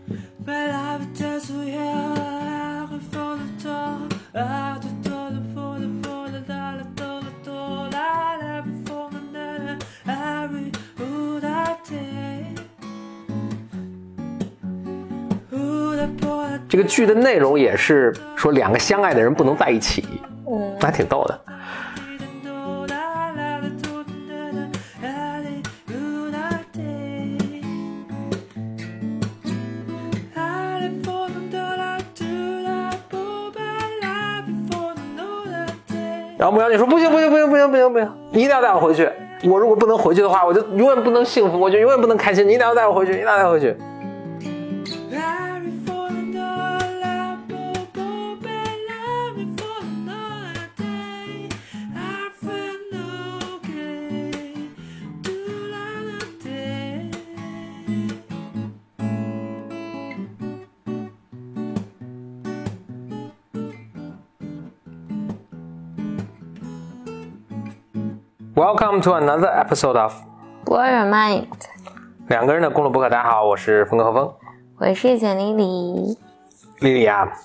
这个剧的内容也是说两个相爱的人不能在一起，还挺逗的。然后牧羊女说不行，你一定要带我回去，我如果不能回去的话，我就永远不能幸福，我就永远不能开心，你一定要带我回去，一定要带我回去。Welcome to another episode of Blow Your Mind。 两个人的公路博客。大家好，我是峰哥何峰， 我是简丽丽。 丽丽啊，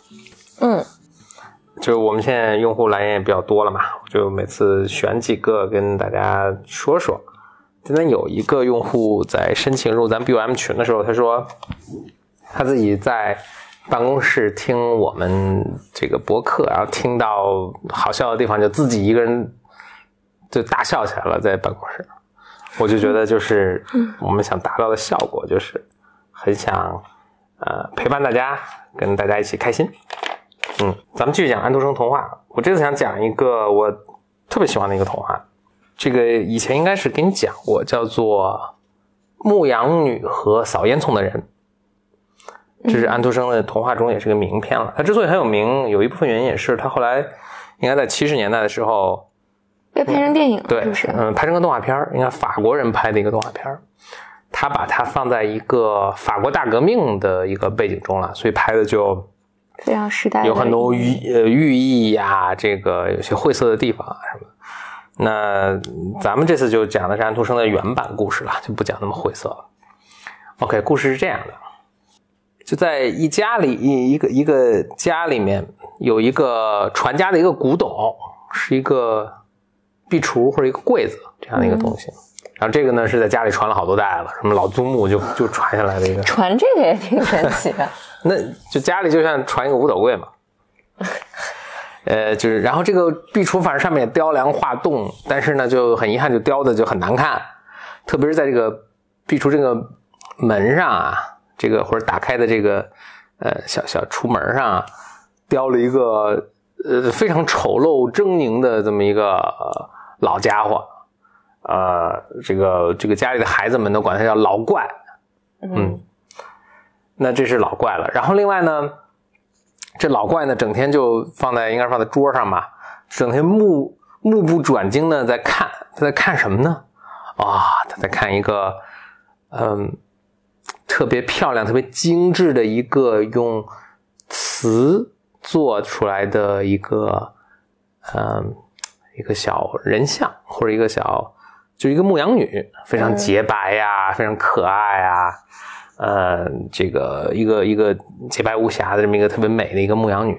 就我们现在用户来源也比较多了嘛，我就每次选几个跟大家说说。今天有一个用户在申请入咱 BOM 群的时候，他说他自己在办公室听我们这个博客，然后听到好笑的地方就自己一个人就大笑起来了，在办公室。我就觉得就是我们想达到的效果，就是很想陪伴大家，跟大家一起开心。咱们继续讲安徒生童话。我这次想讲一个我特别喜欢的一个童话，这个以前应该是给你讲过，叫做《牧羊女和扫烟囱的人》。这是安徒生的童话中也是个名篇了。他之所以很有名，有一部分原因也是他后来应该在70年代的时候被拍成电影， 对， 是不是？ 拍成个动画片，应该法国人拍的一个动画片。他把它放在一个法国大革命的一个背景中了，所以拍的就非常时代的， 有很多寓意呀，这个有些晦涩的地方啊什么的。那咱们这次就讲的是安徒生的原版故事了，就不讲那么晦涩了。OK， 故事是这样的，就在一家里一个家里面有一个传家的一个古董，是一个壁橱或者一个柜子这样的一个东西。然后这个呢是在家里传了好多代了，什么老祖母就传下来的一个。 传这个也挺神奇的。 那就家里就像传一个五斗柜嘛。就是然后这个壁橱反正上面也雕梁画栋，但是呢就很遗憾，就雕的就很难看，特别是在这个壁橱这个门上啊，这个或者打开的这个小橱门上啊，雕了一个非常丑陋狰狞的这么一个老家伙。这个家里的孩子们都管他叫老怪。那这是老怪了。然后另外呢，这老怪呢整天就应该是放在桌上吧，整天目不转睛的在看。他在看什么呢？他在看一个特别漂亮特别精致的一个用瓷做出来的一个小人像，或者就一个牧羊女，非常洁白呀，非常可爱呀，这个一个洁白无瑕的这么一个特别美的一个牧羊女。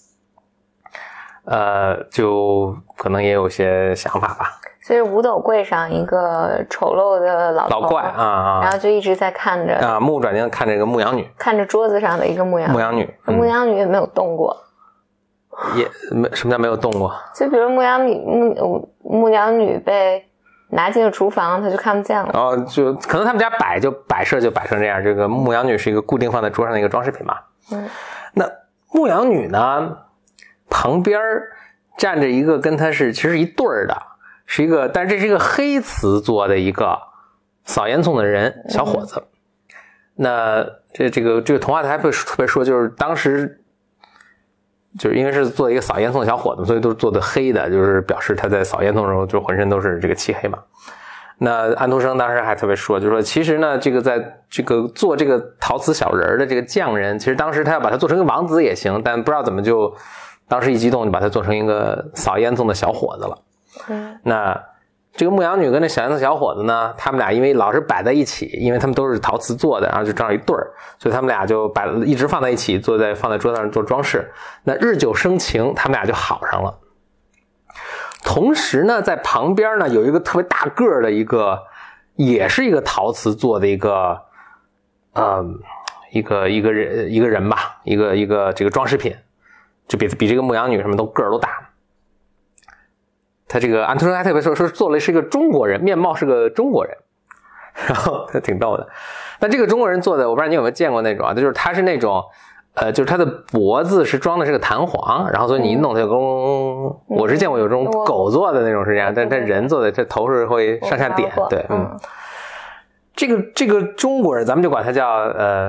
就可能也有些想法吧。 所以五斗柜上一个丑陋的老怪啊， 然后就一直在看着目不转睛看这个牧羊女， 看着桌子上的一个牧羊女。牧羊女也没有动过。 也什么叫没有动过？ 就比如牧羊女被拿进了厨房，她就看不见了。 就可能他们家摆设就摆成这样。这个牧羊女是一个固定放在桌上的一个装饰品嘛。那牧羊女呢，旁边站着一个跟她其实一对儿的，但是这是一个黑瓷做的一个扫烟囱的人，小伙子。那这个童话还会特别说，就是当时就是因为是做一个扫烟囱的小伙子，所以都是做的黑的，就是表示他在扫烟囱的时候就浑身都是这个漆黑嘛。那安徒生当时还特别说，就是说其实呢，这个在这个做这个陶瓷小人的这个匠人，其实当时他要把它做成一个王子也行，但不知道怎么当时一激动就把它做成一个扫烟囱的小伙子了。那这个牧羊女跟那小烟囱小伙子呢，他们俩因为老是摆在一起，因为他们都是陶瓷做的，然后就正好一对儿，所以他们俩就一直放在一起，放在桌子上做装饰。那日久生情，他们俩就好上了。同时呢，在旁边呢有一个特别大个的也是一个陶瓷做的一个人吧，一个这个装饰品，就比这个牧羊女什么都个儿都大。他这个安徒生还特别说做了是一个中国人，面貌是个中国人，然后他挺逗的。但这个中国人做的，我不知道你有没有见过那种啊，就是他是那种就是他的脖子是装的是个弹簧，然后所以你一弄它就我是见过有这种狗做的那种是这样，但他人做的这头是会上下点，对，这个中国人咱们就管他叫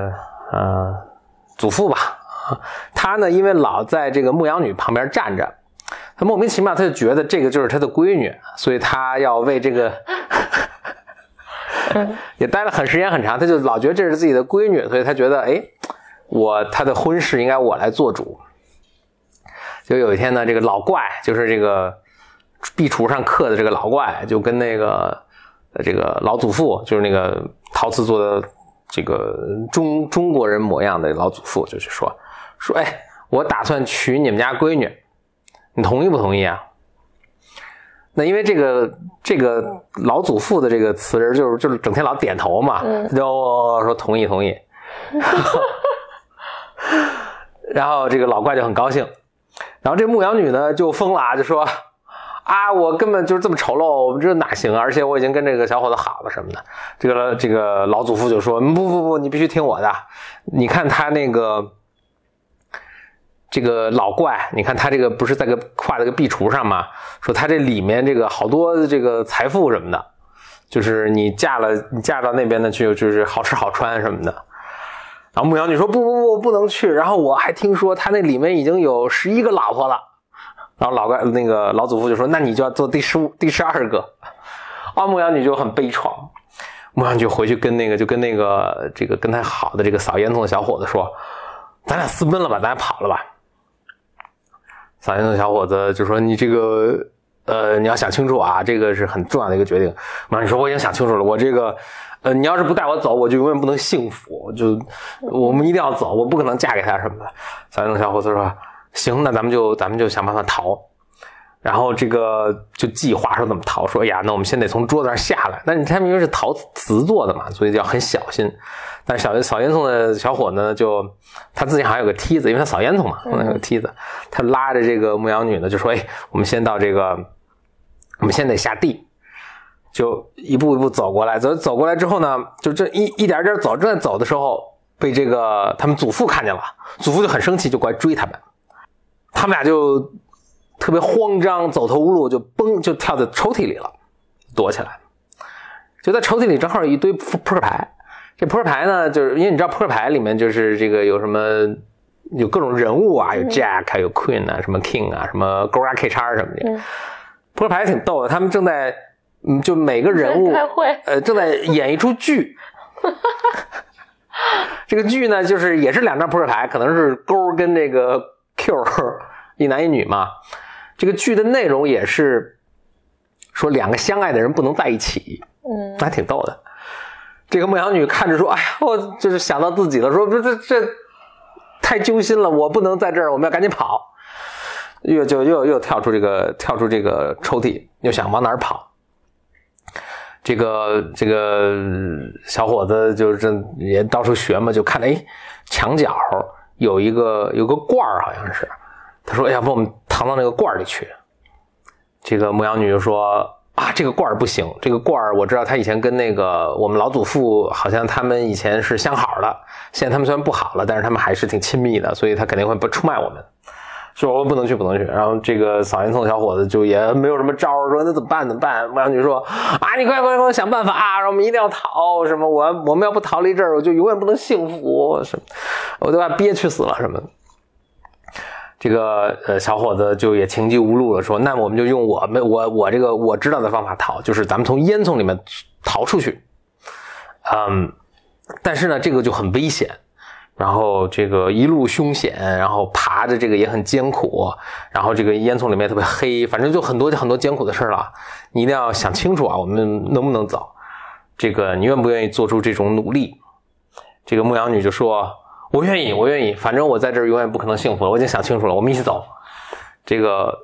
祖父吧。他呢因为老在这个牧羊女旁边站着，他莫名其妙他就觉得这个就是他的闺女，所以他要为这个也待了时间很长，他就老觉得这是自己的闺女，所以他觉得他的婚事应该我来做主。就有一天呢，这个老怪就是这个壁橱上刻的这个老怪，就跟这个老祖父，就是那个陶瓷做的这个中国人模样的老祖父，就去说我打算娶你们家闺女，你同意不同意啊？那因为这个老祖父的这个词人就是整天老点头嘛，就说同意。然后这个老怪就很高兴，然后这牧羊女呢就疯了，就说我根本就是这么丑陋，这哪行啊？而且我已经跟这个小伙子好了什么的。这个老祖父就说不，你必须听我的。你看他这个老怪，你看他这个不是在画在个壁橱上吗？说他这里面这个好多这个财富什么的，就是你嫁到那边的去，就是好吃好穿什么的。然后牧羊女说不能去，然后我还听说他那里面已经有11个老婆了。然后那个老祖父就说那你就要做第12个。牧羊女就很悲怆，牧羊女就回去跟跟他好的这个扫烟囱的小伙子说，咱俩私奔了吧，咱俩跑了吧。扫烟囱的小伙子就说你这个你要想清楚啊，这个是很重要的一个决定。牧羊女说我已经想清楚了，我这个你要是不带我走，我就永远不能幸福，我们一定要走，我不可能嫁给他什么的。扫烟囱小伙子说行，那咱们就想办法逃。然后这个就计划说怎么逃，说那我们先得从桌子上下来。那他们因为是陶瓷做的嘛，所以就要很小心。但是扫烟囱的小伙呢，他自己好像有个梯子，因为他扫烟囱嘛，有个梯子，他拉着这个牧羊女呢，就说我们先到我们先得下地，就一步一步走过来。走过来之后呢，就这一点点走，正在走的时候被他们祖父看见了，祖父就很生气，就过来追他们。他们俩就特别慌张，走投无路，就跳在抽屉里了，躲起来。就在抽屉里正好有一堆扑克牌，这扑克牌呢，就是因为你知道扑克牌里面就是这个有各种人物啊，有 Jack 有 Queen 啊，什么 King 啊，什么勾 K 叉什么的。扑克牌挺逗的，他们正在就每个人物正在演一出剧。这个剧呢，就是也是2张扑克牌，可能是勾跟这个 Q 一男一女嘛。这个剧的内容也是说2个相爱的人不能在一起，还挺逗的。这个牧羊女看着说我就是想到自己了，说这太揪心了，我不能在这儿，我们要赶紧跑。又跳出这个抽屉，又想往哪儿跑。这个小伙子就是也到处学嘛，就看墙角有个罐儿，好像是。他说要不我们藏到那个罐里去。这个牧羊女就说这个罐儿不行，这个罐儿我知道他以前跟我们老祖父好像他们以前是相好的，现在他们虽然不好了，但是他们还是挺亲密的，所以他肯定会不出卖我们。说我不能去。然后这个扫烟囱的小伙子就也没有什么招，说那怎么办？牧羊女说你快想办法我们一定要逃，什么我们要不逃离这儿，我就永远不能幸福，什么我都要憋屈死了什么。这个小伙子就也情急无路了，说那我们就用我这个我知道的方法逃，就是咱们从烟囱里面逃出去。但是呢这个就很危险， 然后这个一路凶险，然后爬着这个也很艰苦，然后这个烟囱里面特别黑，反正就很多艰苦的事了。你一定要想清楚啊，我们能不能走？这个你愿不愿意做出这种努力？这个牧羊女就说：“我愿意，反正我在这儿永远不可能幸福了，我已经想清楚了，我们一起走。”这个，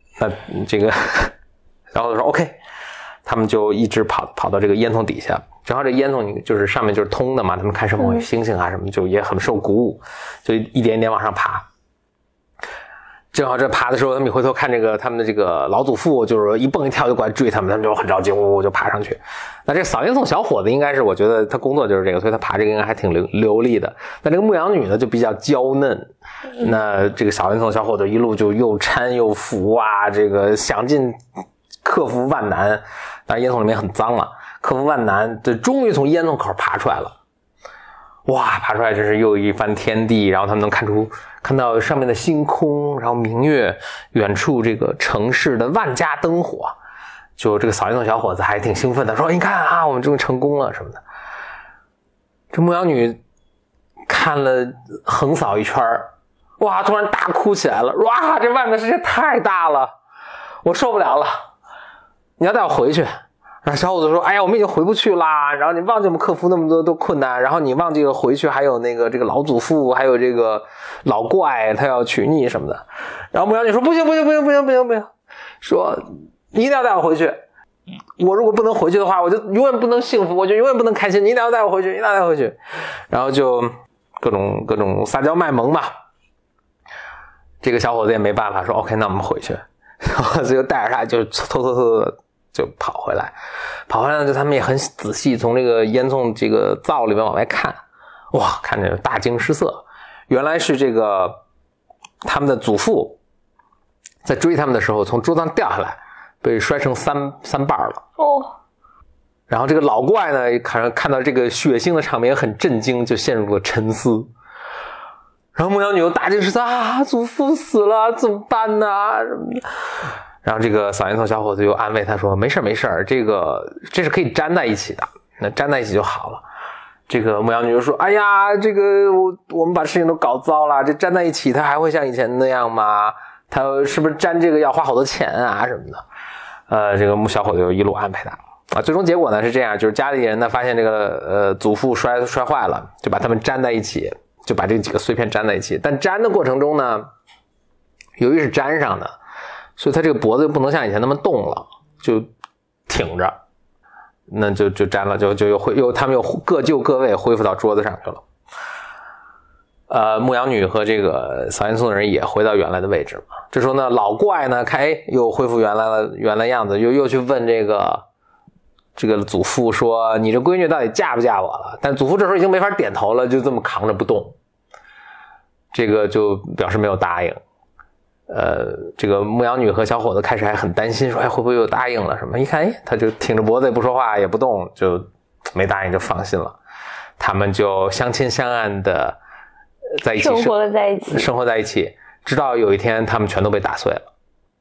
然后就说 OK， 他们就一直跑到这个烟囱底下。正好这烟囱就是上面就是通的嘛，他们看什么星星啊什么，就也很受鼓舞，就一点一点往上爬。正好这爬的时候，他们一回头看这个他们的这个老祖父，就是一蹦一跳就过来追他们，他们就很着急，呜呜就爬上去。那这个扫烟囱小伙子应该是，我觉得他工作就是这个，所以他爬这个应该还挺流利的。但这个牧羊女呢就比较娇嫩，那这个扫烟囱小伙子一路就又搀又扶啊，这个想尽克服万难，当然烟囱里面很脏了。克服万难，这终于从烟囱口爬出来了。哇，爬出来真是又一番天地，然后他们能看到上面的星空，然后明月，远处这个城市的万家灯火。就这个扫烟囱小伙子还挺兴奋的，说：“你看啊，我们终于成功了什么的。”这牧羊女看了横扫一圈，哇，突然大哭起来了！哇，这外面的世界太大了，我受不了了，你要带我回去。然后小伙子说：“哎呀，我们已经回不去啦！然后你忘记我们克服那么多困难，然后你忘记了回去还有这个老祖父，还有这个老怪，他要娶你什么的。”然后牧羊女说：“不行，说你一定要带我回去。我如果不能回去的话，我就永远不能幸福，我就永远不能开心。你一定要带我回去，一定要带我回去。”然后就各种撒娇卖萌嘛。这个小伙子也没办法，说 ：“OK， 那我们回去。”然后就带着他就偷的。就跑回来呢，就他们也很仔细从这个烟囱这个灶里面往外看，哇，看着大惊失色，原来是这个他们的祖父在追他们的时候从桌子上掉下来，被摔成三瓣了。哦，然后这个老怪呢看到这个血腥的场面也很震惊，就陷入了沉思。然后牧羊女又大惊失色啊，祖父死了怎么办呢？什么的。然后这个扫烟囱小伙子又安慰他说：“没事，这是可以粘在一起的，那粘在一起就好了。”这个牧羊女就说：“哎呀，这个我们把事情都搞糟了，这粘在一起，它还会像以前那样吗？它是不是粘这个要花好多钱啊什么的？”这个小伙子就一路安慰他啊。最终结果呢是这样，就是家里人呢发现这个祖父摔坏了，就把它们粘在一起，就把这几个碎片粘在一起。但粘的过程中呢，由于是粘上的。所以他这个脖子又不能像以前那么动了，就挺着，那就粘了，就他们又各就各位恢复到桌子上去了。牧羊女和这个扫烟囱的人也回到原来的位置嘛。这时候呢，老怪呢看又恢复原来样子，又去问这个祖父说：“你这闺女到底嫁不嫁我了？”但祖父这时候已经没法点头了，就这么扛着不动，这个就表示没有答应。这个牧羊女和小伙子开始还很担心，说：“哎，会不会又答应了什么？”一看，他就挺着脖子也不说话也不动，就没答应，就放心了。他们就相亲相爱的在一起生活在一起，直到有一天他们全都被打碎了，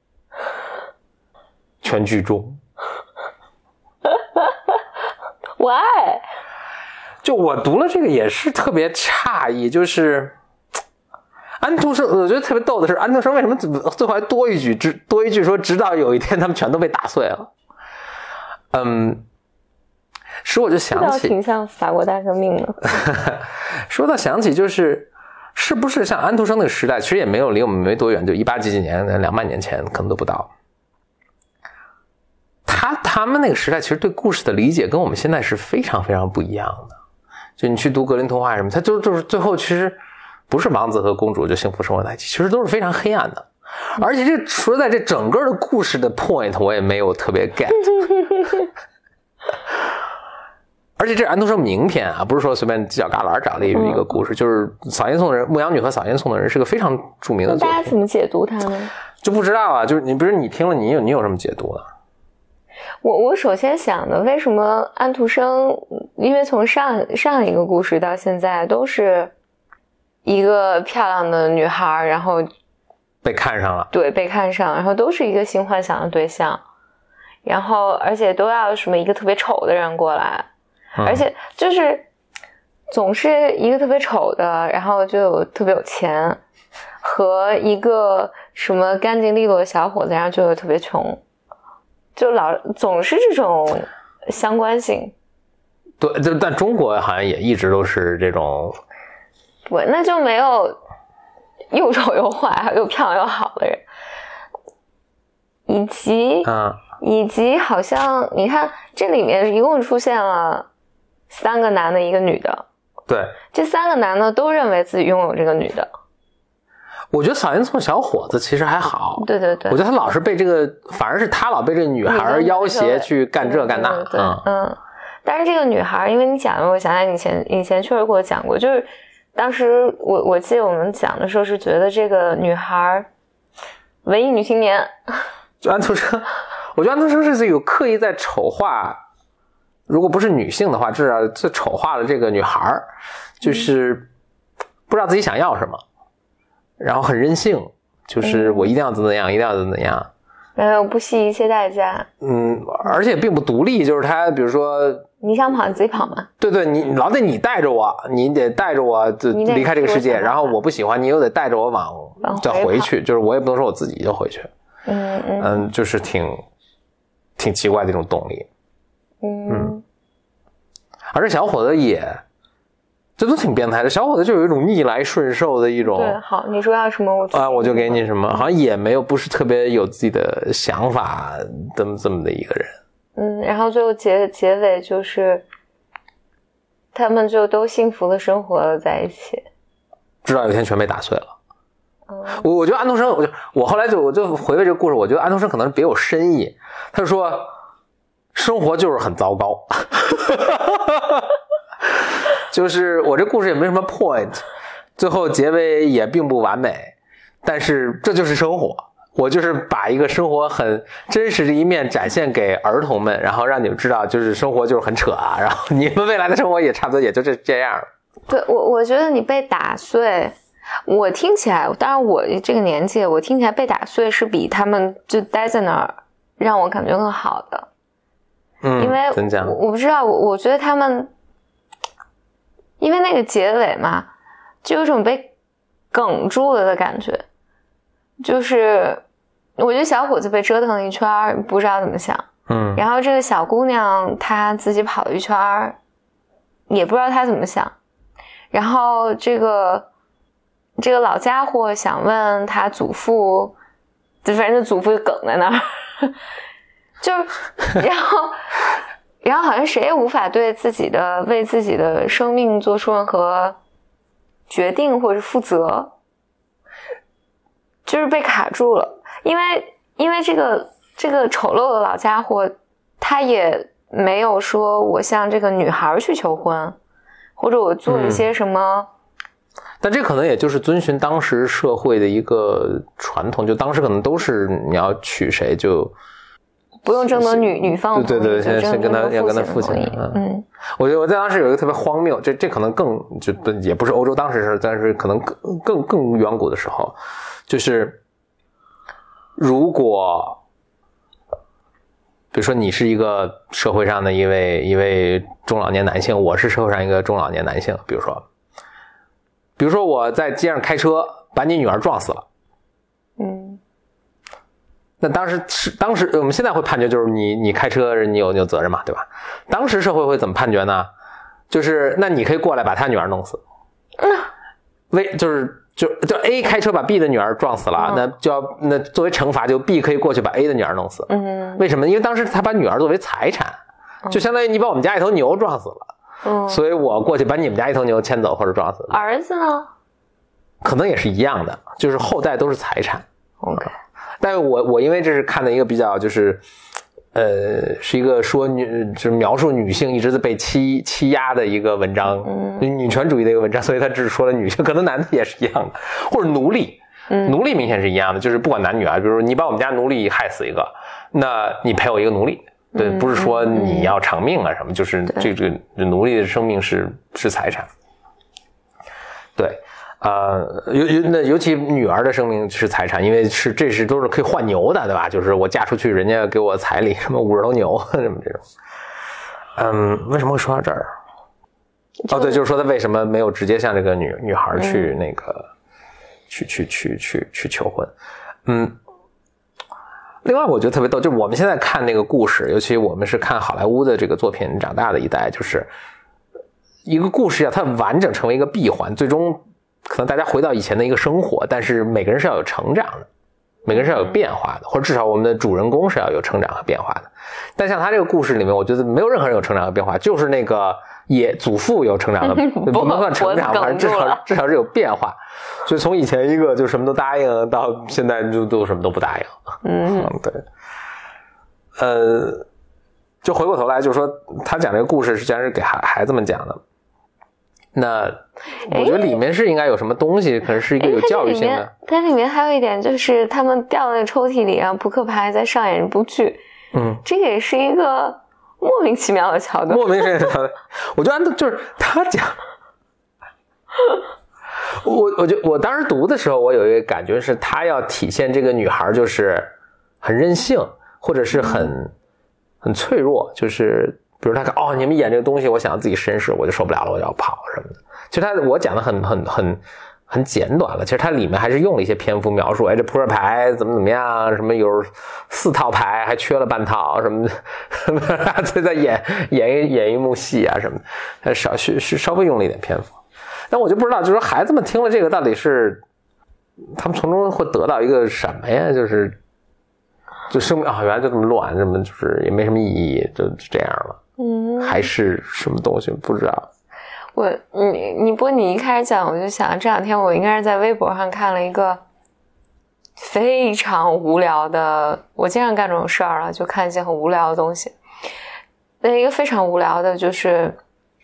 全剧终。 Why？ 就我读了这个也是特别诧异，就是安徒生，我觉得特别逗的是，安徒生为什么最后还多一句说，直到有一天他们全都被打碎了。使我就想起， 挺像法国大革命的。 说到想起，是不是像安徒生那个时代，其实也没有离我们没多远，就18几年、200年前可能都不到。他们那个时代其实对故事的理解跟我们现在是非常非常不一样的。就你去读格林童话什么，他就是最后其实不是王子和公主就幸福生活在一起，其实都是非常黑暗的。而且这说实在，这整个的故事的 point 我也没有特别 get。而且这是安徒生名篇啊，不是说随便犄角旮旯找了一个故事，就是扫烟囱的人，牧羊女和扫烟囱的人是个非常著名的作品。 大家怎么解读它呢？ 就不知道啊，就是你比如你听了，你有什么解读呢？ 我首先想的，为什么安徒生，因为从上一个故事到现在都是一个漂亮的女孩，然后被看上了， 对，被看上，然后都是一个性幻想的对象，然后而且都要什么一个特别丑的人过来，而且就是总是一个特别丑的，然后就特别有钱，和一个什么干净利落的小伙子，然后就特别穷，就总是这种相关性。 对，但中国好像也一直都是这种。 对，那就没有又丑又坏又漂亮又好的人，以及好像你看这里面一共出现了3个男的1个女的， 对， 这3个男的都认为自己拥有这个女的。 我觉得草原村小伙子其实还好， 对对对， 我觉得他老是被这个，反而是他老被这个女孩要挟去干这干那。 对，但是这个女孩，因为你讲，我想起以前确实给我讲过，就是当时我记得我们讲的时候是觉得这个女孩文艺女青年， 就安徒生，我觉得安徒生是有刻意在丑化，如果不是女性的话，至少就丑化了这个女孩，就是不知道自己想要什么，然后很任性，就是我一定要怎么样，一定要怎么样。 然后不惜一切代价， 而且并不独立，就是他，比如说， 你想跑你自己跑嘛， 对，你老得你带着我，你得带着我离开这个世界，然后我不喜欢你又得带着我再回去，就是我也不能说我自己就回去，就是挺奇怪的一种动力，而这小伙子也。这都挺变态的，小伙子就有一种逆来顺受的一种。 对，好，你说要什么我就给你什么，好像也没有不是特别有自己的想法这么的一个人。 然后最后结尾就是他们就都幸福的生活了在一起， 直到有一天全被打碎了。我觉得安徒生，我后来我就回味这个故事，我觉得安徒生可能别有深意。他就说，生活就是很糟糕。就是我这故事也没什么 point， 最后结尾也并不完美，但是这就是生活，我就是把一个生活很真实的一面展现给儿童们，然后让你们知道就是生活就是很扯啊，然后你们未来的生活也差不多也就这样。 对，我觉得你被打碎，我听起来，当然我这个年纪我听起来被打碎是比他们就待在那儿让我感觉更好的。因为我不知道，我觉得他们因为那个结尾嘛，就有种被哽住了的感觉，就是我觉得小伙子被折腾了一圈，不知道怎么想，然后这个小姑娘她自己跑了一圈，也不知道她怎么想，然后这个老家伙想问他祖父，反正祖父就梗在那儿，就是然后好像谁也无法为自己的生命做出任何决定或者负责，就是被卡住了。因为这个丑陋的老家伙，他也没有说我向这个女孩去求婚，或者我做一些什么。 但这可能也就是遵循当时社会的一个传统，就当时可能都是你要娶谁就。 不用征得女方对，先跟他父亲。我觉得我在当时有一个特别荒谬，这可能更就也不是欧洲当时的事，但是可能更远古的时候，就是如果比如说你是一个社会上的一位中老年男性，我是社会上一个中老年男性，比如说我在街上开车把你女儿撞死了，那当时我们现在会判决就是你开车你有责任嘛，对吧？当时社会会怎么判决呢？就是那你可以过来把他女儿弄死，就 A 开车把 B 的女儿撞死了，那作为惩罚就 B 可以过去把 A 的女儿弄死。为什么？因为当时他把女儿作为财产，就相当于你把我们家一头牛撞死了，所以我过去把你们家一头牛牵走或者撞死。 儿子呢？ 可能也是一样的，就是后代都是财产。 OK。 但我因为这是看的一个比较就是是一个说就是描述女性一直在被欺压的一个文章，女权主义的一个文章，所以他只说了女性，可能男的也是一样的，或者奴隶，奴隶明显是一样的，就是不管男女啊，比如说你把我们家奴隶害死一个，那你赔我一个奴隶，对，不是说你要偿命啊什么，就是这个奴隶的生命是财产，对。尤其女儿的生命是财产，因为这都是可以换牛的，对吧？就是我嫁出去，人家给我彩礼，什么50头牛，什么这种。为什么会说到这儿？ 哦，对，就是说他为什么没有直接向这个女孩去那个、去求婚。另外我觉得特别逗，就我们现在看那个故事，尤其我们是看好莱坞的这个作品长大的一代，就是一个故事它完整成为一个闭环，最终可能大家回到以前的一个生活，但是每个人是要有成长的，每个人是要有变化的，或者至少我们的主人公是要有成长和变化的。但像他这个故事里面，我觉得没有任何人有成长和变化，就是那个祖父有成长的，不能算成长，反正至少是有变化。所以从以前一个就什么都答应，到现在就都什么都不答应。对。就回过头来，就是说他讲这个故事实际上是给孩子们讲的。那我觉得里面是应该有什么东西，可能是一个有教育性的。 它里面还有一点就是他们掉那个抽屉里，然后扑克牌在上演一部剧。这个也是一个莫名其妙的桥段。 莫名其妙的桥段，我觉得就是他讲。我当时读的时候，我有一个感觉是，他要体现这个女孩就是很任性，或者是很脆弱，就是比如他看你们演这个东西，我想要自己绅士，我就受不了了，我就要跑什么的。其实我讲的很简短了，其实它里面还是用了一些篇幅描述，这扑克牌怎么样，什么有4套牌还缺了半套什么的，再演一幕戏啊什么的，稍微用了一点篇幅。但我就不知道，就是说孩子们听了这个到底是他们从中会得到一个什么呀？就生命原来就这么乱，这么就是也没什么意义，就这样了。还是什么东西不知道。 你一开始讲，我就想这两天我应该是在微博上看了一个非常无聊的，我经常干这种事儿了，就看一些很无聊的东西。那一个非常无聊的就是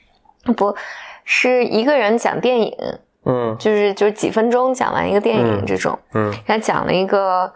是一个人讲电影，就是几分钟讲完一个电影这种，他讲了一个，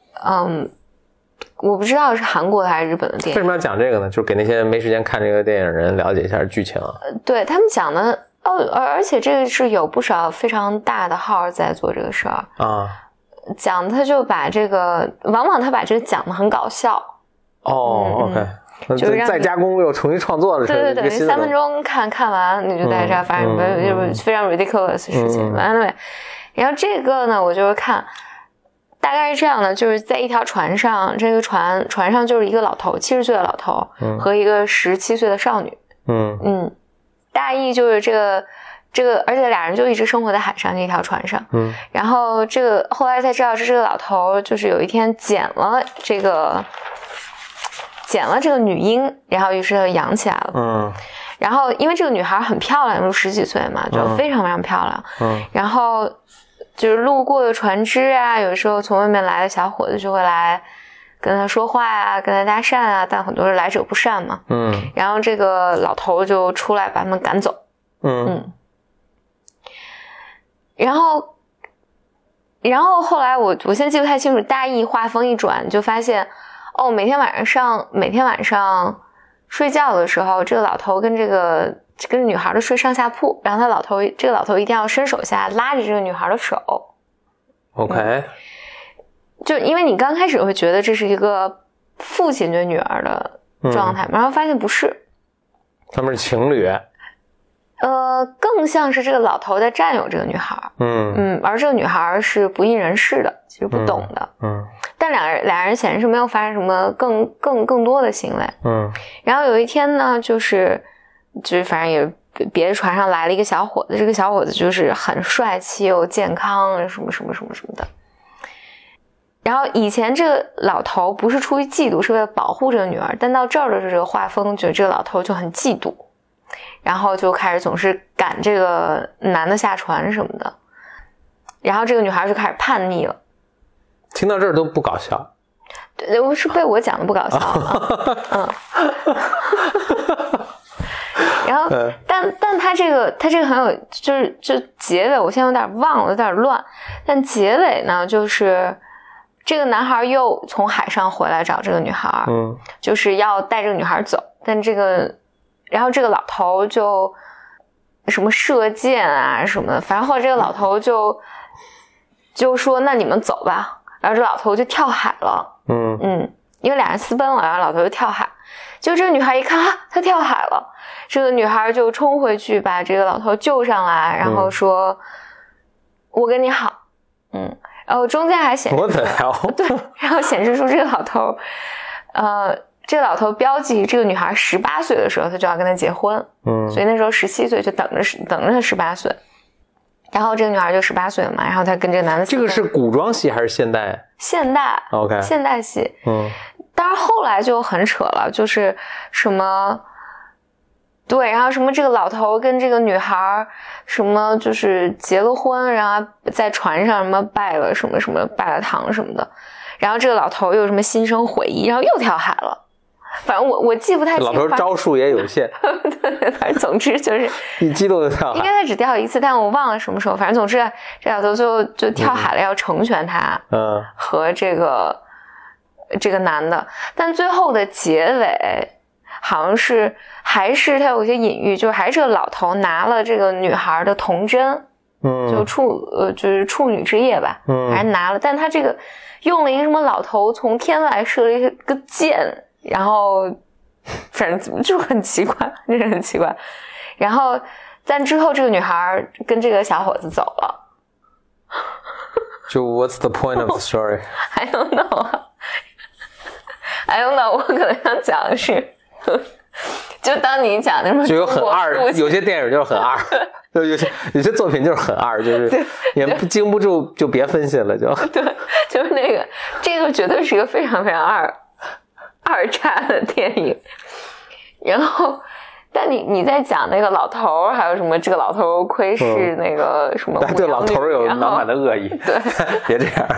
我不知道是韩国的还是日本的电影。 为什么要讲这个呢？就是给那些没时间看这个电影的人了解一下剧情。 对，他们讲的而且这个是有不少非常大的号在做这个事儿啊。讲他就把这个，往往他把这个讲得很搞笑。 OK。就是再加工又重新创作的时候， 对，3分钟看完你就在这儿发生就是非常 ridiculous 的事情。然后这个呢，我就是看大概是这样的，就是在一条船上，这个船上就是一个老头，70岁的老头和一个17岁的少女。大意就是这个，而且俩人就一直生活在海上这一条船上。然后这个后来才知道是这个老头就是有一天捡了这个女婴，然后于是他养起来了。然后因为这个女孩很漂亮，就10几岁嘛，就非常非常漂亮。然后就是路过的船只啊，有时候从外面来的小伙子就会来跟他说话啊，跟他搭讪啊，但很多人来者不善嘛。然后这个老头就出来把他们赶走。然后后来我现在记不太清楚，大意话锋一转，就发现每天晚上睡觉的时候，这个老头跟这个女孩的睡上下铺，然后这个老头一定要伸手下拉着这个女孩的手。 OK。 就因为你刚开始会觉得这是一个父亲对女儿的状态，然后发现不是， 他们是情侣。 更像是这个老头在占有这个女孩。而这个女孩是不谙人事的，其实不懂的。但俩人显然是没有发生什么更多的行为。然后有一天呢，就是反正也别的船上来了一个小伙子，这个小伙子就是很帅气又健康，什么的。然后以前这个老头不是出于嫉妒，是为了保护这个女儿，但到这儿的时候，这个画风觉得这个老头就很嫉妒，然后就开始总是赶这个男的下船什么的，然后这个女孩就开始叛逆了。 听到这儿都不搞笑。 对，我是被我讲的不搞笑了。然后但他这个很有，就结尾我现在有点忘了，有点乱，但结尾呢就是这个男孩又从海上回来找这个女孩，就是要带这个女孩走，但然后这个老头就什么射箭啊什么的，反正后来这个老头就说那你们走吧，然后这老头就跳海了。因为俩人私奔了，然后老头就跳海， 就这个女孩一看啊，他跳海了，这个女孩就冲回去把这个老头救上来，然后说：“我跟你好。”然后中间还显示出，对，然后显示出这个老头，这个老头标记这个女孩18岁的时候，他就要跟她结婚，所以那时候17岁就等着她18岁，然后这个女孩就18岁了嘛，然后她跟这个男的， 这个是古装戏还是现代？ 现代 ，OK， 现代戏，但是后来就很扯了，就是什么，对，然后什么这个老头跟这个女孩什么就是结了婚，然后在船上什么拜了什么什么拜了堂什么的，然后这个老头又什么心生悔意，然后又跳海了。反正我记不太清， 老头招数也有限。 对，反正总之就是一激动就跳海， 应该他只跳一次，但我忘了什么时候。反正总之这老头最后就跳海了，要成全他和这个男的。但最后的结尾好像是还是他有一些隐喻，就是还是这个老头拿了这个女孩的童贞，就是处女之夜吧，还是拿了，但他这个用了一个什么老头从天外射了一个箭。然后反正就很奇怪，真的很奇怪。然后但之后这个女孩跟这个小伙子走了。 就 What's the point of the story? I don't know. I don't know. 我可能想讲的是，就当你讲的什么， 就有很二，有些电影就是很二，就有些作品就是很二，就是也不经不住就别分析了，就对，就是那个这个绝对是一个非常非常二叉的电影。然后但你在讲那个老头还有什么这个老头窥视那个什么牧羊女， 对老头有满满的恶意， 对， 别这样。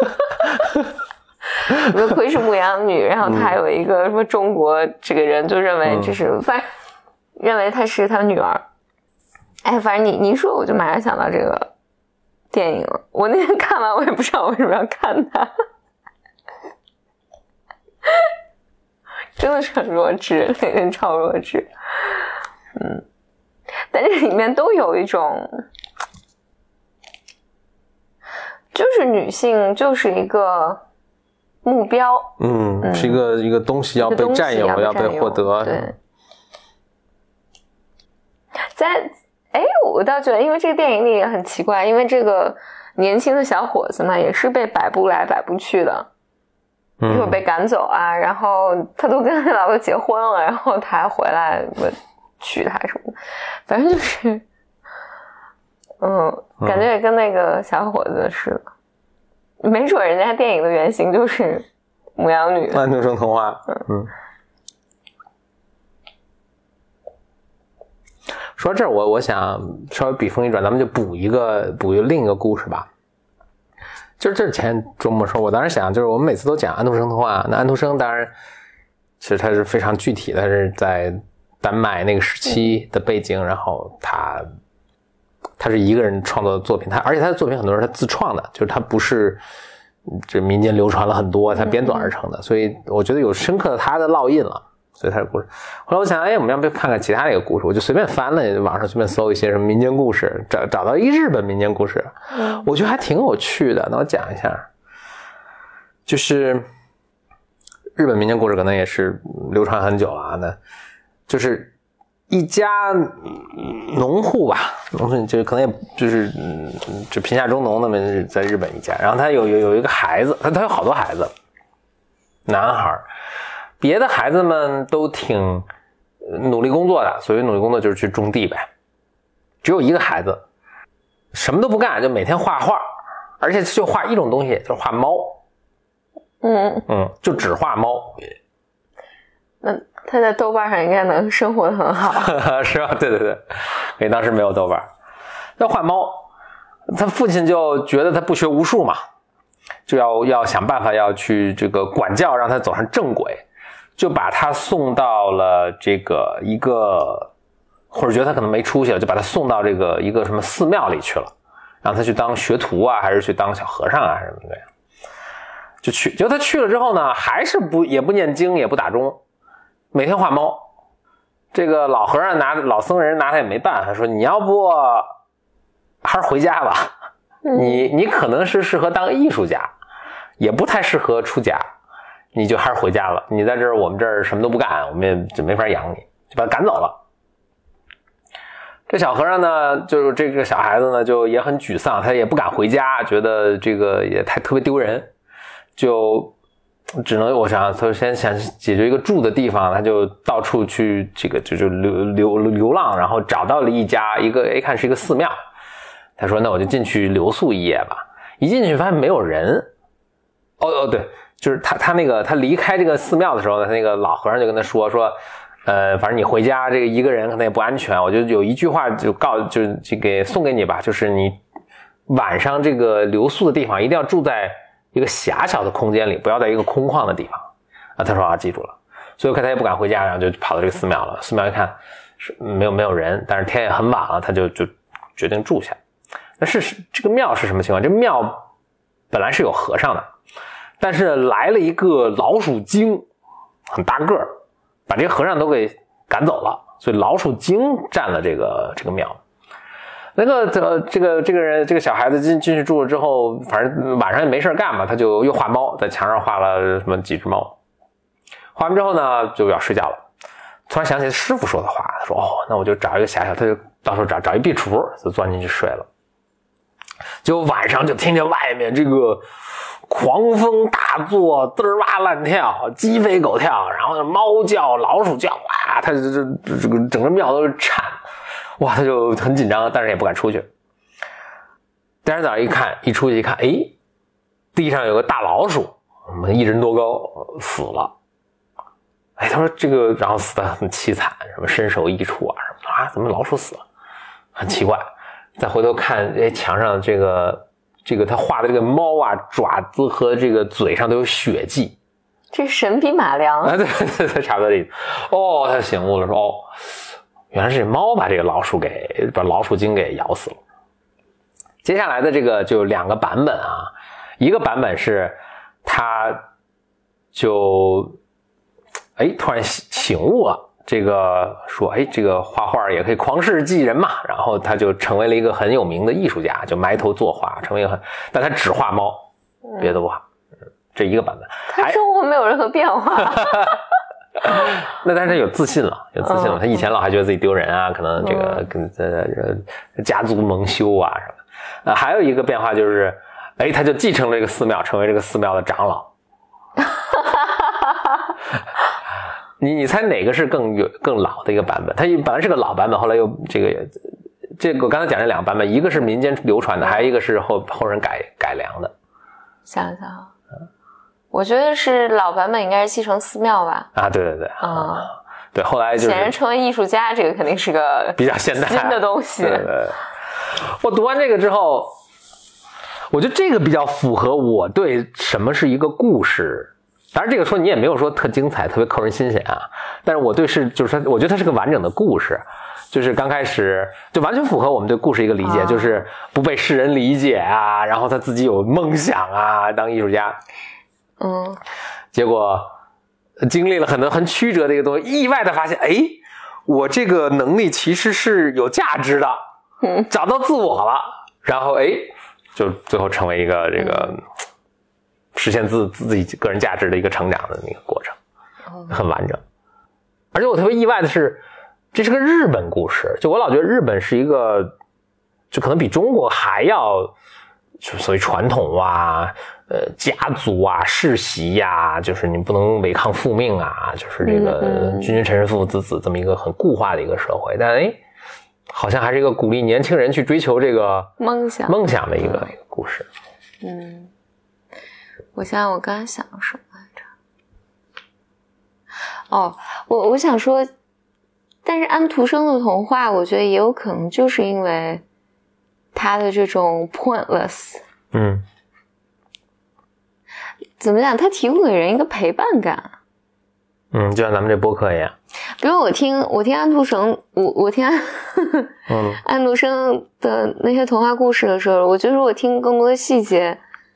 什么窥视牧羊女，然后他有一个什么中国这个人就认为这是反正认为她是他女儿。哎，反正你说我就马上想到这个电影了。我那天看完我也不知道为什么要看它。真的是很弱智，那个超弱智。但这里面都有一种，就是女性就是一个目标， 是一个东西要被占有，要被获得。 对。我倒觉得，因为这个电影里也很奇怪，因为这个年轻的小伙子嘛，也是被摆布来摆布去的。一会儿被赶走啊，然后他都跟他老婆结婚了，然后他还回来娶她什么的，反正就是感觉也跟那个小伙子似的，没准人家电影的原型就是牧羊女安徒生童话。说到这儿我想稍微笔锋一转，咱们就补另一个故事吧。就是这前周末说，我当时想，就是我们每次都讲安徒生童话，那安徒生当然其实他是非常具体的，他是在丹麦那个时期的背景，然后他是一个人创作的作品，而且他的作品很多是他自创的，就是他不是这民间流传了很多他编纂而成的，所以我觉得有深刻的他的烙印了，所以他的故事。后来我想，我们要不要看看其他的一个故事？我就随便翻了网上随便搜一些什么民间故事，找到一日本民间故事，我觉得还挺有趣的。那我讲一下，就是日本民间故事可能也是流传很久了啊，那就是一家农户吧，农户就可能也就是就贫下中农那么在日本一家，然后他有一个孩子，他有好多孩子，男孩。别的孩子们都挺努力工作的，所谓努力工作就是去种地呗。只有一个孩子什么都不干，就每天画画，而且就画一种东西，就是画猫。就只画猫。 那他在豆瓣上应该能生活得很好。 是吧？对，因为当时没有豆瓣。要画猫，他父亲就觉得他不学无术嘛，就要想办法要去这个管教，让他走上正轨。就把他送到了这个一个，或者觉得他可能没出息了，就把他送到这个一个什么寺庙里去了，让他去当学徒啊，还是去当小和尚啊，什么的。结果他去了之后呢，还是也不念经，也不打钟，每天画猫。这个老和尚老僧人拿他也没办法，说你要不还是回家吧，你可能是适合当艺术家，也不太适合出家。 你就还是回家了，你在这儿我们这儿什么都不干，我们也就没法养你，就把他赶走了。这小和尚呢，就是这个小孩子呢，就也很沮丧，他也不敢回家，觉得这个也特别丢人，就只能我想他先想解决一个住的地方，他就到处去这个就是流浪，然后找到了一个一看是一个寺庙，他说那我就进去留宿一夜吧。一进去发现没有人，对，就是他离开这个寺庙的时候呢，那个老和尚就跟他说反正你回家这个一个人可能也不安全，我就有一句话就给送给你吧，就是你晚上这个留宿的地方一定要住在一个狭小的空间里，不要在一个空旷的地方啊。他说记住了。所以他也不敢回家，然后就跑到这个寺庙了。寺庙一看是没有人，但是天也很晚了，他就决定住下。那这个庙是什么情况？这庙本来是有和尚的，但是来了一个老鼠精，很大个儿，把这个和尚都给赶走了，所以老鼠精占了这个庙。这个人这个小孩子进去住了之后，反正晚上也没事干嘛，他就又画猫，在墙上画了什么几只猫。画完之后呢，就要睡觉了。突然想起师傅说的话，他说那我就找一个狭小，他就到时候找一壁橱，就钻进去睡了。结果晚上就听见外面这个狂风大作，嘚儿哇乱跳，鸡飞狗跳，然后猫叫老鼠叫啊，他这个整个庙都是颤，哇，他就很紧张，但是也不敢出去。第二天早上一出去一看，地上有个大老鼠，1人多高，死了。他说这个然后死得很凄惨，什么身首异处啊什么的，怎么老鼠死了，很奇怪。再回头看墙上这个他画的这个猫啊，爪子和这个嘴上都有血迹， 这是神笔马良对，差不多这意思。他醒悟了，说原来是猫把这个把老鼠精给咬死了。接下来的这个就2个版本啊，一个版本是他就突然醒悟了，这个说这个画画也可以狂世济人嘛，然后他就成为了一个很有名的艺术家，就埋头作画，成为一个但他只画猫，别的不画。这一个版本， 他生活没有任何变化。 那但是他有自信了，他以前老还觉得自己丢人啊，可能这个跟家族蒙羞啊什么。还有一个变化就是，他就继承了这个寺庙，成为这个寺庙的长老。你猜哪个是更老的一个版本？它本来是个老版本，后来又这个我刚才讲这2个版本，一个是民间流传的，还有一个是后人改良的。 想想啊，我觉得是老版本应该是继承寺庙吧。 对，对，后来就是显然成为艺术家，这个肯定是个比较现代新的东西。 对，我读完这个之后，我觉得这个比较符合我对什么是一个故事。当然这个说你也没有说特精彩特别扣人心弦啊，但是我就是我觉得它是个完整的故事，就是刚开始就完全符合我们对故事一个理解，就是不被世人理解啊，然后他自己有梦想啊，当艺术家。结果经历了很曲折的一个东西，意外的发现我这个能力其实是有价值的，找到自我了，然后就最后成为一个这个实现自己个人价值的一个成长的那个过程，很完整。而且我特别意外的是，这是个日本故事，就我老觉得日本是一个就可能比中国还要就所谓传统啊，家族啊，世袭呀，就是你不能违抗父命啊，就是这个君君臣臣父父子子这么一个很固化的一个社会，但好像还是一个鼓励年轻人去追求这个梦想的一个故事。 我想想我刚才想了什么来着。我想说，但是安徒生的童话我觉得也有可能就是因为他的这种 pointless， 怎么讲，他提供给人一个陪伴感。 就像咱们这播客一样。 比如我听安徒生，我听安徒生的那些童话故事的时候，我觉得我听更多的细节，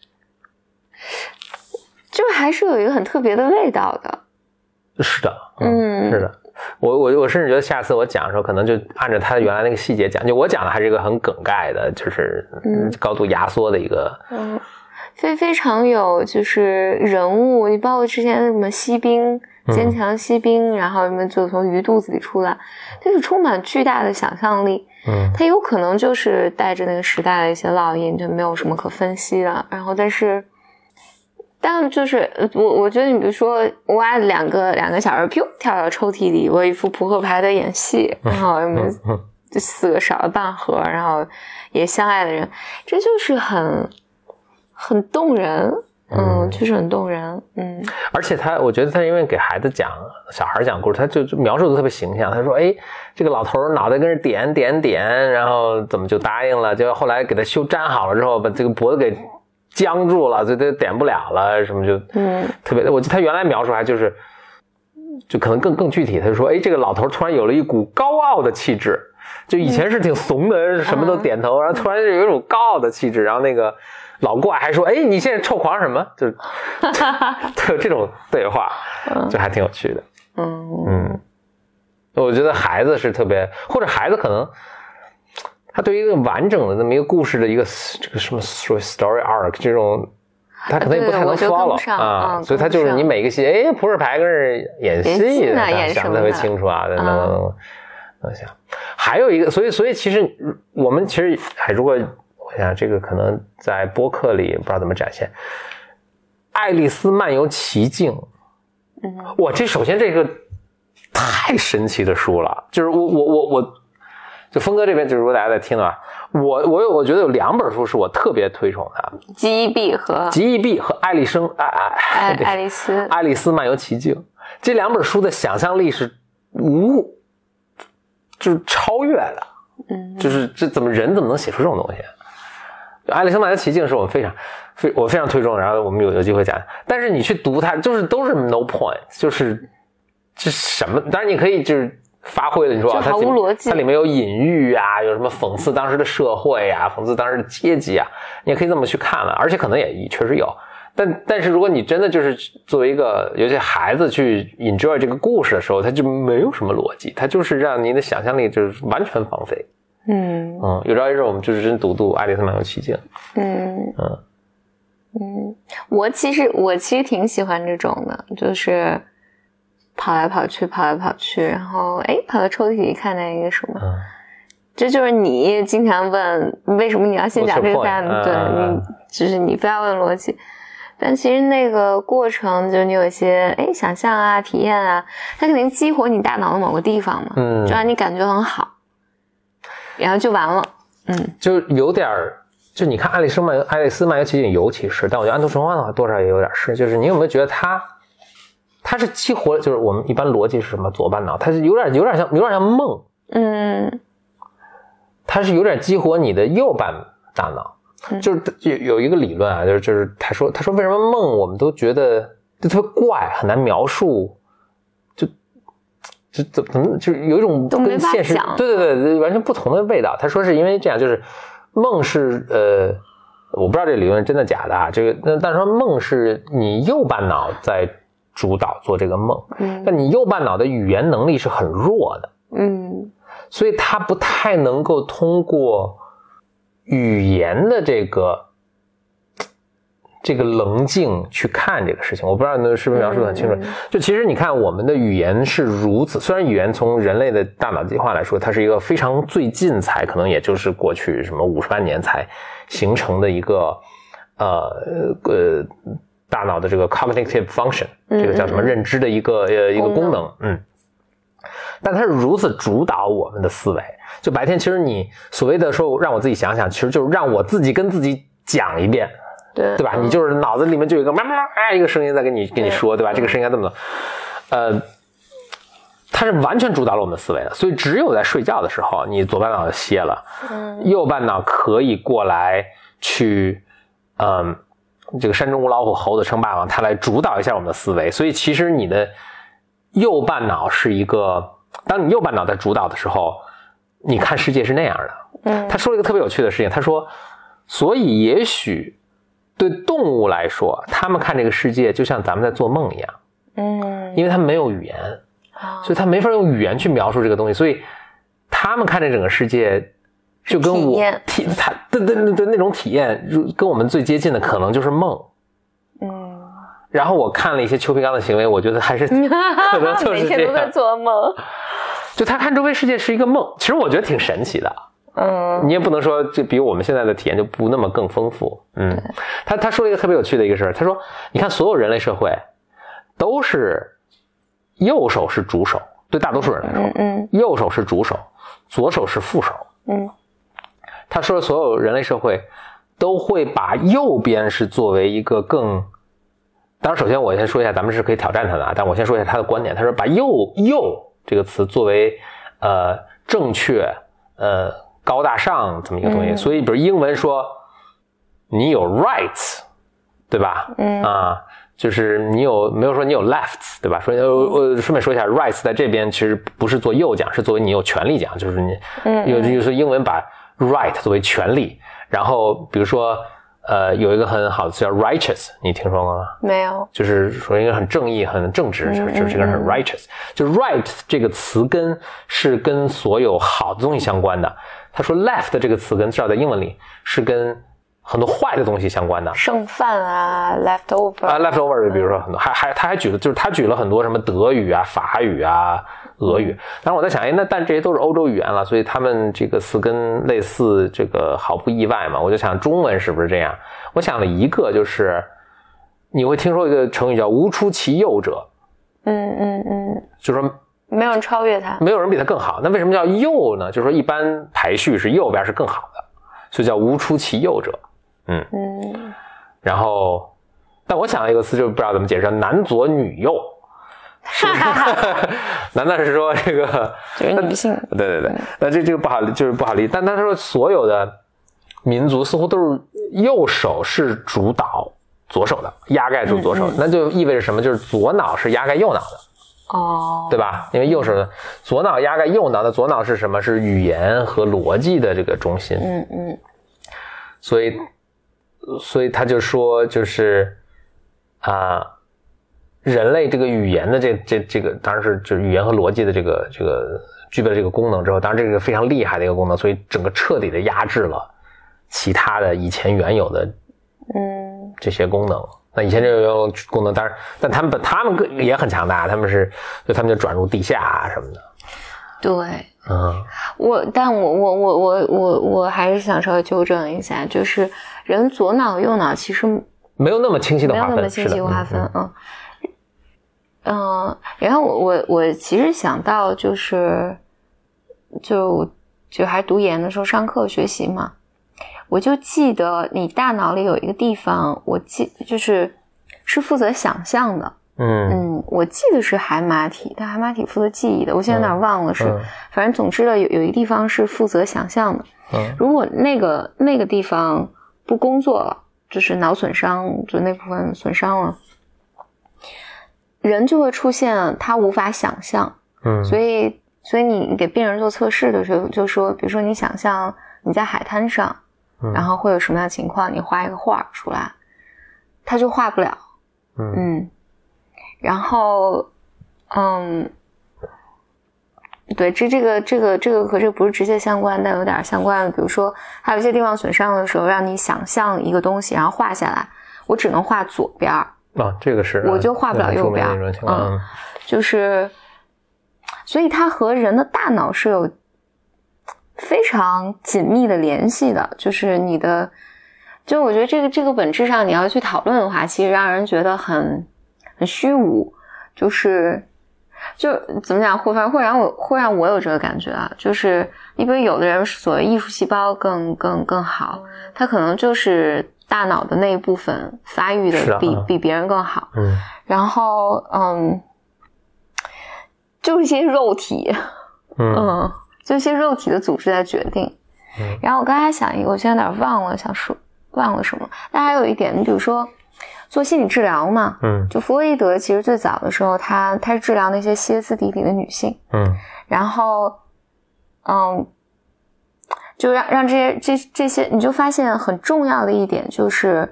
就还是有一个很特别的味道的。 是的，是的。我甚至觉得下次我讲的时候，可能就按照他原来那个细节讲，就我讲的还是一个很梗概的，就是高度压缩的一个。 非常有就是人物，你包括之前什么锡兵，坚强锡兵，然后什么就从鱼肚子里出来，就是充满巨大的想象力。他有可能就是带着那个时代的一些烙印，就没有什么可分析的。然后但就是我觉得你比如说挖两个小人跳到抽屉里，我一副扑克牌的演戏，然后4个少了半盒，然后也相爱的人，这就是很动人，就是很动人， 而且我觉得他因为给小孩讲故事，他就描述的特别形象。他说，哎，这个老头脑袋跟着点，然后怎么就答应了？就后来给他粘好了之后，把这个脖子给僵住了，所以他点不了了，什么就特别。我记得他原来描述还就可能更具体。他就说，哎，这个老头突然有了一股高傲的气质。就以前是挺怂的，什么都点头，然后突然就有一种高傲的气质，然后那个老怪还说，哎，你现在臭狂什么？就有这种对话，就还挺有趣的。我觉得孩子是特别，或者孩子可能他对于一个完整的那么一个故事的一个这个什么 story arc 这种，他可能也不太能 follow 啊，所以他就是你每个戏，哎，扑克牌跟着演戏的，想得特别清楚啊，想还有一个，所以其实我们如果我想这个可能在播客里不知道怎么展现，《爱丽丝漫游奇境》，哇，首先这个太神奇的书了，就是我就峰哥这边，就是如果大家在听的话，我觉得有2本书是我特别推崇的，《 极易币》和《 爱丽丝漫游奇境》这2本书的想象力是就是超越的，就是这人怎么能写出这种东西？爱丽丝漫游奇境是我非常推崇，然后我们有机会讲。但是你去读它，就是都是 no point， 就是这什么？当然你可以就是发挥了，你说毫无逻辑， 它里面有隐喻啊，有什么讽刺当时的社会啊，讽刺当时的阶级啊，你也可以这么去看了，而且可能也确实有。但是如果你真的就是作为一个有些孩子去 enjoy 这个故事的时候，他就没有什么逻辑，他就是让你的想象力就是完全放飞。有朝一日我们就是真读《爱丽丝漫游奇境》。 我其实挺喜欢这种的，就是跑来跑去，然后跑到抽屉里看那个什么。这就是你经常问为什么你要先讲这个答案，对，你就是你非要问逻辑。但其实那个过程就是你有一些想象啊体验啊，它肯定激活你大脑的某个地方嘛，就让你感觉很好，然後就完了。 就有点就你看爱丽丝漫游奇境尤其是，但我觉得安徒生的话多少也有点是，就是你有没有觉得它是激活，就是我们一般逻辑是什么左半脑，它是有点像梦，它是有点激活你的右半大脑。就是有一个理论啊，就是他说为什么梦我们都觉得就特别怪，很难描述，就怎么就有一种跟现实对完全不同的味道。他说是因为这样，就是梦是我不知道这理论真的假的啊，但是说梦是你右半脑在主导做这个梦，但你右半脑的语言能力是很弱的，所以他不太能够通过语言的这个棱镜去看这个事情。我不知道那是不是描述得很清楚，就其实你看我们的语言是如此，虽然语言从人类的大脑进化来说它是一个非常最近才可能也就是过去什么50万年才形成的一个大脑的这个 cognitive function， 这个叫什么认知的一个功能，但它是如此主导我们的思维。就白天其实你所谓的说让我自己想想，其实就是让我自己跟自己讲一遍，对吧？你就是脑子里面就有一个一个声音在跟你说，对吧？这个声音该这么它是完全主导了我们的思维的。所以只有在睡觉的时候你左半脑歇了，右半脑可以过来去这个山中无老虎猴子称霸王，它来主导一下我们的思维。所以其实你的右半脑是一个，当你右半脑在主导的时候，你看世界是那样的。他说了一个特别有趣的事情，他说所以也许对动物来说，他们看这个世界就像咱们在做梦一样，因为他们没有语言，所以他没法用语言去描述这个东西，所以他们看这整个世界就跟我他的那种体验，跟我们最接近的可能就是梦。然后我看了一些邱培刚的行为，我觉得还是可能就是这样， 每天都在做梦。 就他看周围世界是一个梦，其实我觉得挺神奇的。你也不能说就比我们现在的体验就不那么更丰富。他说了一个特别有趣的一个事儿，他说你看所有人类社会都是右手是主手，对大多数人来说，右手是主手，左手是副手。他说所有人类社会都会把右边是作为一个更，当然首先我先说一下咱们是可以挑战他的啊，但我先说一下他的观点。他说把右这个词作为正确高大上这么一个东西，所以比如英文说你有 rights 对吧？就是你没有说你有 left 对吧？说顺便说一下 rights 在这边其实不是做右讲，是作为你有权利讲，就是你就是英文把 right 作为权利，然后比如说有一个很好的词叫 righteous， 你听说过吗？ 没有。就是说一个很正义很正直，就是这个很 righteous， 就 right 这个词根是跟所有好的东西相关的。他说 left 这个词根至少在英文里是跟很多坏的东西相关的， 剩饭啊 leftover 啊 leftover， 比如说很多他还举了，就是他举了很多什么德语啊法语啊俄语。当然我在想但这些都是欧洲语言了，所以他们这个词根类似，这个毫不意外嘛。我就想中文是不是这样，我想了一个，就是你会听说一个成语叫无出其右者。就是说没有人超越他， 没有人比他更好。那为什么叫右呢？就是说一般排序是右边是更好的，所以叫无出其右者。然后但我想了一个词，就不知道怎么解释，男左女右。难道是说这个就是女性？ 对，那这个不好，就是不好理解。但他说所有的民族似乎都是右手是主导左手的，压盖住左手，那就意味着什么？就是左脑是压盖右脑的。对吧？因为右手的左脑压盖右脑的，左脑是什么？是语言和逻辑的这个中心。所以他就说，就是人类这个语言的这个当然是就是语言和逻辑的这个具备了这个功能之后，当然这个非常厉害的一个功能，所以整个彻底的压制了其他的以前原有的这些功能。那以前这个功能当然，但他们也很强大，他们就转入地下啊什么的。 对，我还是想稍微纠正一下，就是人左脑右脑其实没有那么清晰的划分， 没有那么清晰划分。然后我其实想到就还读研的时候上课学习嘛，我就记得你大脑里有一个地方，就是负责想象的。我记得是海马体，但海马体负责记忆的，我现在有点忘了是，反正总之了有一个地方是负责想象的。如果那个地方不工作了，就是脑损伤，就那部分损伤了，人就会出现他无法想象。所以你给病人做测试的时候，就说，比如说你想象你在海滩上，然后会有什么样的情况，你画一个画出来，他就画不了。然后对，这个和这个不是直接相关，但有点相关的。比如说还有一些地方损伤的时候，让你想象一个东西然后画下来，我只能画左边这个是我就画不了右边。就是所以它和人的大脑是有非常紧密的联系的，就是我觉得这个本质上你要去讨论的话，其实让人觉得很虚无，就怎么讲，会让我有这个感觉啊，就是你比如有的人所谓艺术细胞更好，他可能就是大脑的那一部分发育的比别人更好。然后就是一些肉体，就一些肉体的组织在决定。然后我刚才想一个，我现在有点忘了什么。但还有一点，你比如说做心理治疗嘛，就弗洛伊德其实最早的时候，他是治疗那些歇斯底里的女性，然后就让这些，你就发现很重要的一点就是，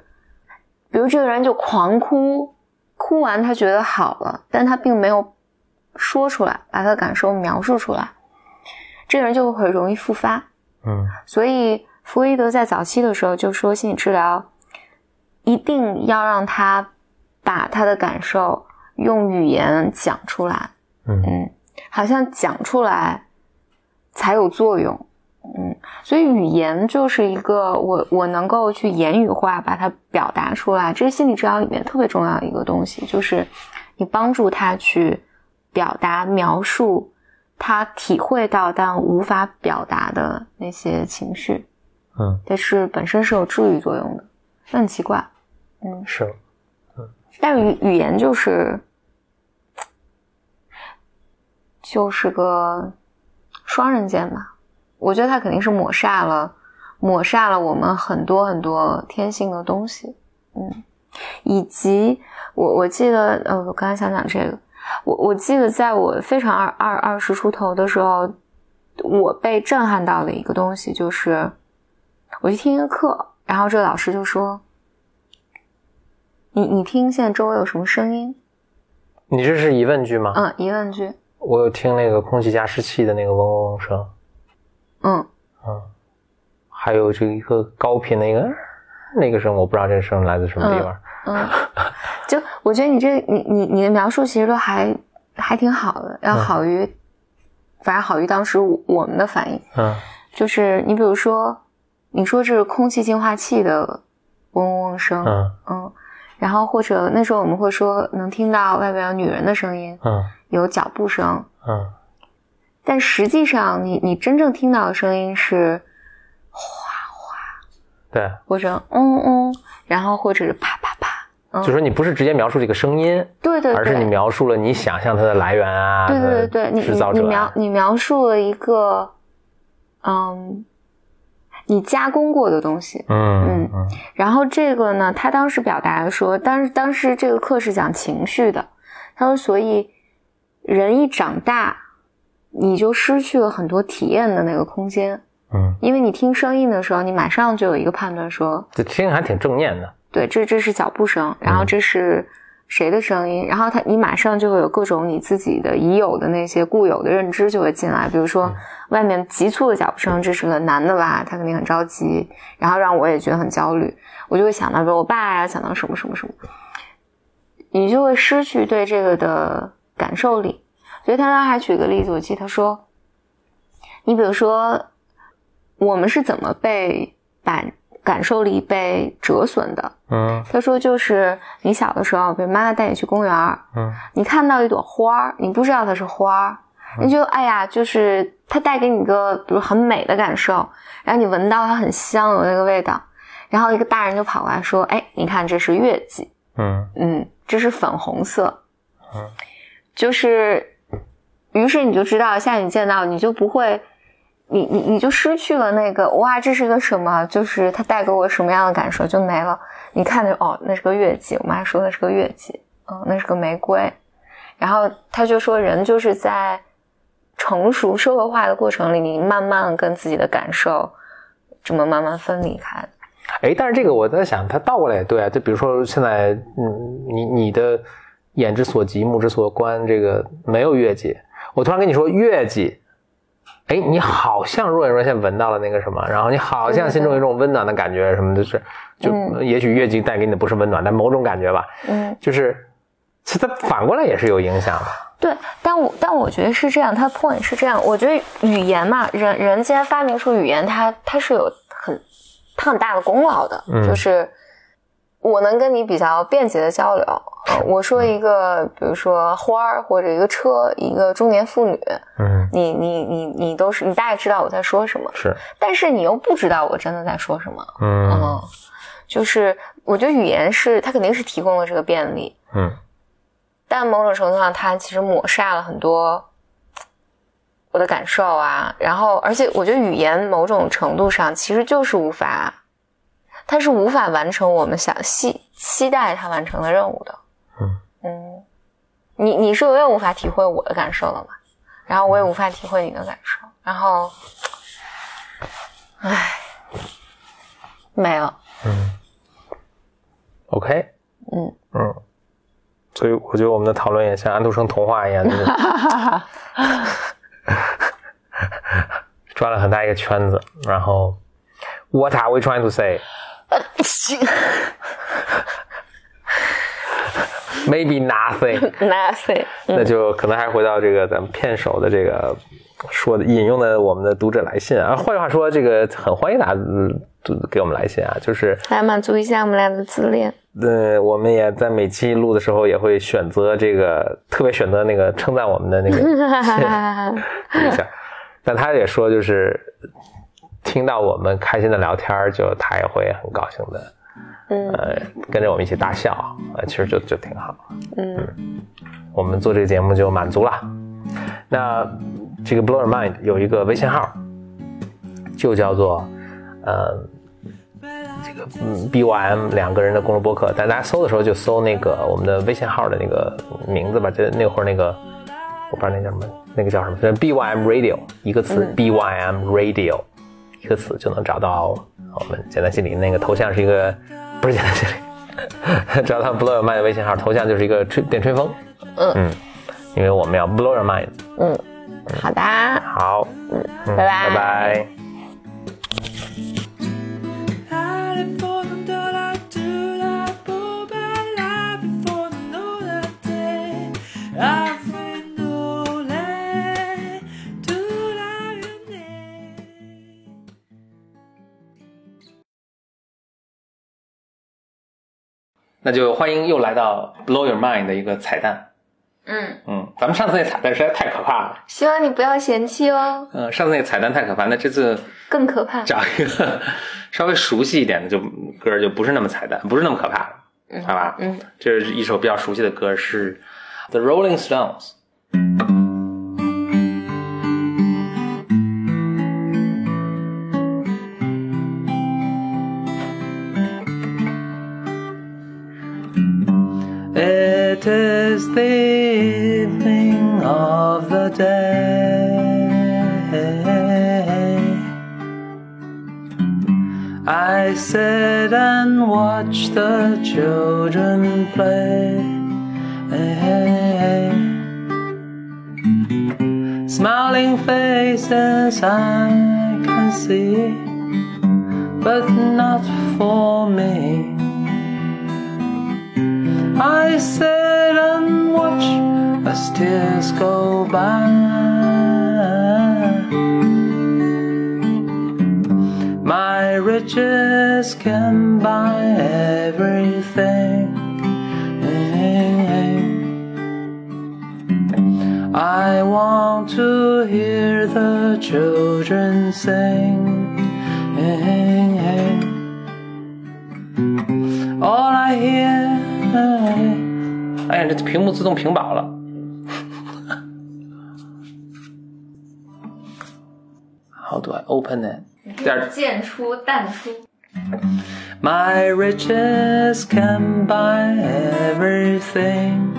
比如这个人就狂哭完他觉得好了，但他并没有说出来，把他的感受描述出来，这个人就会容易复发。 所以弗洛伊德在早期的时候就说心理治疗一定要让他把他的感受用语言讲出来，好像讲出来才有作用，所以语言就是一个我能够去言语化把它表达出来，这是心理治疗里面特别重要的一个东西，就是你帮助他去表达描述他体会到但无法表达的那些情绪，这是本身是有治愈作用的，很奇怪， 是， 但是语言就是个双刃剑吧，我觉得它肯定是抹煞了我们很多很多天性的东西，以及我记得我刚才想讲这个，我记得在我非常二十出头的时候，我被震撼到的一个东西就是我去听一个课，然后这个老师就说你听现在周围有什么声音？ 你这是疑问句吗？ 疑问句。 我有听那个空气加湿器的那个嗡嗡声，还有这一个高频的那个声，我不知道这个声来自什么地方。 就我觉得你的描述其实都还挺好的，要好于反而好于当时我们的反应。就是你比如说你说这是空气净化器的嗡嗡声，然后或者那时候我们会说能听到外边有女人的声音，有脚步声，但实际上你真正听到的声音是哗哗， 对， 或者然后或者是啪啪啪， 就说你不是直接描述这个声音， 对， 而是你描述了你想象它的来源啊， 对， 制造者你描述了一个你加工过的东西，然后这个呢，他当时表达说，当时这个课是讲情绪的，他说，所以人一长大，你就失去了很多体验的那个空间，因为你听声音的时候，你马上就有一个判断说， 这听还挺正念的， 对，这是脚步声，然后这是谁的声音，然后你马上就会有各种你自己的已有的那些固有的认知就会进来，比如说外面急促的脚步声，这是个男的吧，他肯定很着急，然后让我也觉得很焦虑，我就会想到比如我爸呀，想到什么什么什么，你就会失去对这个的感受力。所以他当时还举个例子，我记得他说，你比如说我们是怎么被感受力被折损的，他说就是你小的时候，比如妈妈带你去公园，你看到一朵花，你不知道它是花，你就哎呀，就是它带给你一个比如很美的感受，然后你闻到它很香的那个味道，然后一个大人就跑过来说，哎，你看这是月季，这是粉红色，就是于是你就知道下次你见到你就不会你就失去了那个哇这是个什么，就是它带给我什么样的感受就没了。你看着那是个月季，我妈说那是个月季，那是个玫瑰。然后他就说人就是在成熟社会化的过程里，你慢慢跟自己的感受这么慢慢分离开。 但是这个我在想它倒过来也对啊，就比如说现在你的眼之所及目之所观，这个没有月季，我突然跟你说月季，你好像若隐若现闻到了那个什么，然后你好像心中有一种温暖的感觉什么的，就也许月季带给你的不是温暖，但某种感觉吧，就是其实它反过来也是有影响的。 对，但我觉得是这样，它 point 是这样，我觉得语言嘛，人既然发明出语言，它是有很大的功劳的，就是我能跟你比较便捷的交流，我说一个比如说花或者一个车，一个中年妇女，你都是你大概知道我在说什么， 是， 但是你又不知道我真的在说什么，就是我觉得语言它肯定是提供了这个便利，但某种程度上它其实抹煞了很多我的感受啊，然后而且我觉得语言某种程度上其实就是它是无法完成我们想期待它完成的任务的。你是永远无法体会我的感受了嘛，然后我也无法体会你的感受，然后没了。 OK。所以我觉得我们的讨论也像安徒生童话一样，就是转了很大一个圈子，然后 What are we trying to say? Maybe nothing. 那就可能还回到这个咱们片首的这个说的引用的我们的读者来信啊。换句话说，这个很欢迎大家给我们来信啊，就是来满足一下我们俩的自恋。 我们也在每期录的时候也会选择这个特别选择那个称赞我们的那个一下。但他也说，就是听到我们开心的聊天，就他也会很高兴的。跟着我们一起大笑，其实就挺好。我们做这个节目就满足了。那这个 Blow Your Mind 有一个微信号，就叫做这个BYM 两个人的公众播客，但大家搜的时候就搜那个我们的微信号的那个名字吧，就那会儿那个我不知道那叫什么，那个叫什么 BYM Radio 一个词，BYM Radio 一个词就能找到我们简单心理那个头像是一个。不是简单心理，找到 Blow Your Mind 的微信号，头像就是一个电吹风。因为我们要 Blow Your Mind。 好的。 好。 拜拜。 拜拜。那就欢迎又来到 Blow Your Mind 的一个彩蛋。咱们上次那彩蛋实在太可怕了， 希望你不要嫌弃哦。 上次那彩蛋太可怕，那这次更可怕， 找一个稍微熟悉一点的歌就不是那么彩蛋，不是那么可怕了，好吧？这是一首比较熟悉的歌，是 The Rolling Stones。It is the evening of the day. I sit and watch the children play. Smiling faces I can see, but not for me. I sit and watch as tears go by. My riches can buy everything. I want to hear the children sing. All I hear. 哎呀，这屏幕自动屏保了。How do I open it? 渐出淡出。 My riches can buy everything.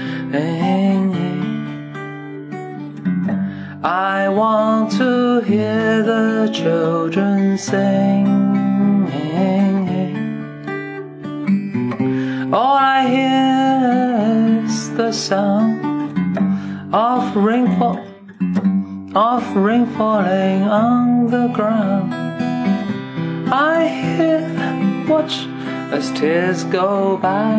I want to hear the children sing. All I hear is the sound of rain falling on the ground. I hear them watch as tears go by.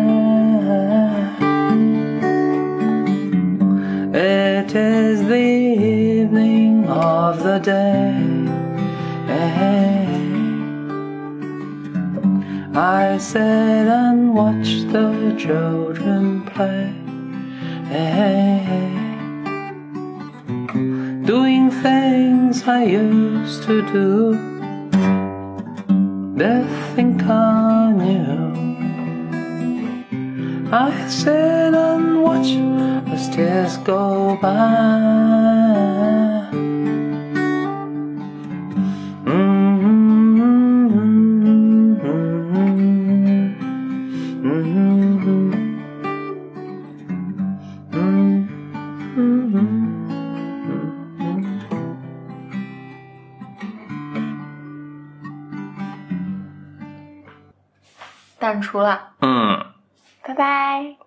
It is the evening of the day. I sit and watch the children play, doing things I used to do. They think I knew. I sit and watch as tears go by. 淡出了。 嗯， 拜拜。